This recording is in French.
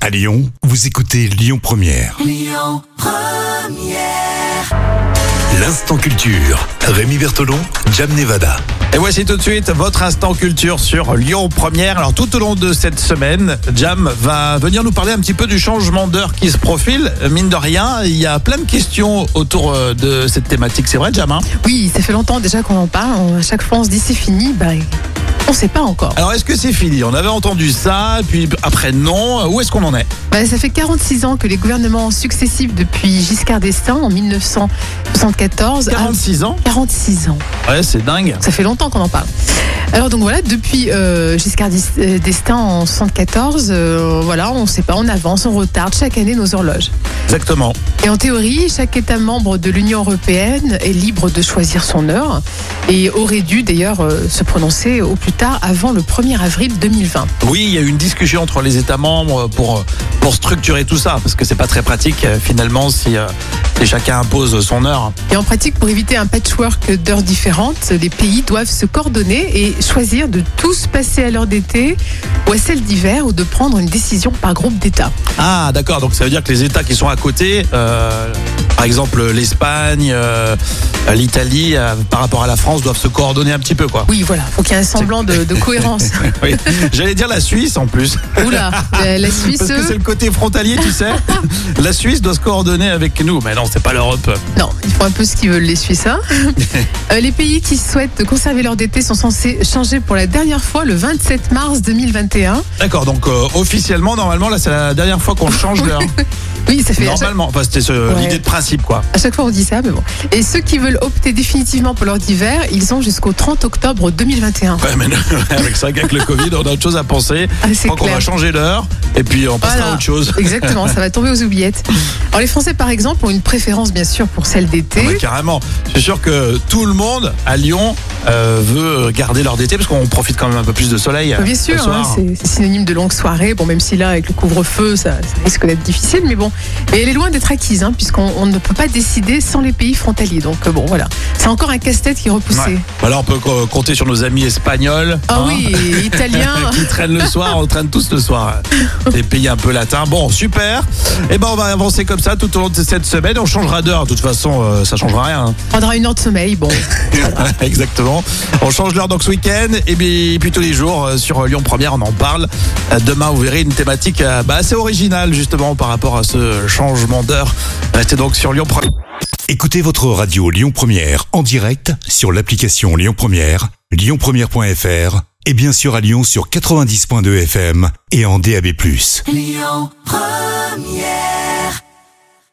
À Lyon, vous écoutez Lyon Première. Lyon Première. L'instant culture. Rémi Bertolon, Jam Nevada. Et voici tout de suite votre instant culture sur Lyon Première. Alors tout au long de cette semaine, Jam va venir nous parler un petit peu du changement d'heure qui se profile. Mine de rien, il y a plein de questions autour de cette thématique. C'est vrai, Jam, hein ? Oui, ça fait longtemps déjà qu'on en parle. À chaque fois, on se dit c'est fini. On ne sait pas encore. Alors est-ce que c'est fini ? On avait entendu ça, puis après non. Où est-ce qu'on en est ? Ça fait 46 ans que les gouvernements successifs depuis Giscard d'Estaing en 1974... 46 ans ? 46 ans. Ouais, c'est dingue. Ça fait longtemps qu'on en parle. Alors donc voilà, depuis Giscard d'Estaing en 74, on ne sait pas, on avance, on retarde chaque année nos horloges. Exactement. Et en théorie, chaque État membre de l'Union européenne est libre de choisir son heure et aurait dû d'ailleurs se prononcer au plus tard avant le 1er avril 2020. Oui, il y a eu une discussion entre les États membres pour structurer tout ça, parce que c'est pas très pratique finalement si chacun impose son heure. Et en pratique, pour éviter un patchwork d'heures différentes, les pays doivent se coordonner et choisir de tous passer à l'heure d'été ou à celle d'hiver ou de prendre une décision par groupe d'États. Ah d'accord, donc ça veut dire que les États qui sont à côté, par exemple l'Espagne, l'Italie, par rapport à la France, doivent se coordonner un petit peu, quoi. Oui, voilà, faut qu'il y ait un semblant de cohérence. Oui. J'allais dire la Suisse en plus. Oula, la Suisse... Parce que c'est le côté frontalier, tu sais. La Suisse doit se coordonner avec nous, mais non, c'est pas l'Europe. Non, ils font un peu ce qu'ils veulent, les Suisses. Hein. Les pays qui souhaitent conserver l'heure d'été sont censés changer pour la dernière fois le 27 mars 2021. D'accord, donc officiellement, normalement, là, c'est la dernière fois qu'on change l'heure. Oui, ça fait... Normalement, c'était l'idée de principe, quoi. À chaque fois, on dit ça, mais bon. Et ceux qui veulent opter définitivement pour l'heure d'hiver, ils ont jusqu'au 30 octobre 2021. Ouais, mais avec ça, avec le Covid, on a autre chose à penser. Ah, je crois qu'on va changer l'heure et puis on passera à autre chose. Exactement, ça va tomber aux oubliettes. Alors les Français, par exemple, ont une préférence, bien sûr, pour celle d'été. Ah bah, carrément. Je suis sûr que tout le monde à Lyon veut garder l'heure d'été parce qu'on profite quand même un peu plus de soleil. Bien sûr, hein, c'est synonyme de longue soirée. Bon, même si là, avec le couvre-feu, ça risque d'être difficile, mais bon. Et elle est loin d'être acquise, hein, puisqu'on ne peut pas décider sans les pays frontaliers. Donc bon, voilà. C'est encore un casse-tête qui est repoussé. Ouais. Voilà, on peut compter sur nos amis espagnols. Ah oui, italiens. Qui traînent le soir, on traîne tous le soir. Les pays un peu latins. Bon, super. Et ben on va avancer comme ça tout au long de cette semaine. On changera d'heure. De toute façon, ça changera rien. On prendra une heure de sommeil. Bon. Voilà. Exactement. On change l'heure donc ce week-end. Et puis tous les jours sur Lyon Première, on en parle. Demain, vous verrez une thématique assez originale justement par rapport à ce changement d'heure. Restez donc sur Lyon Première. Écoutez votre radio Lyon Première en direct sur l'application Lyon Première, lyonpremière.fr et bien sûr à Lyon sur 90.2 FM et en DAB+. Lyon Première.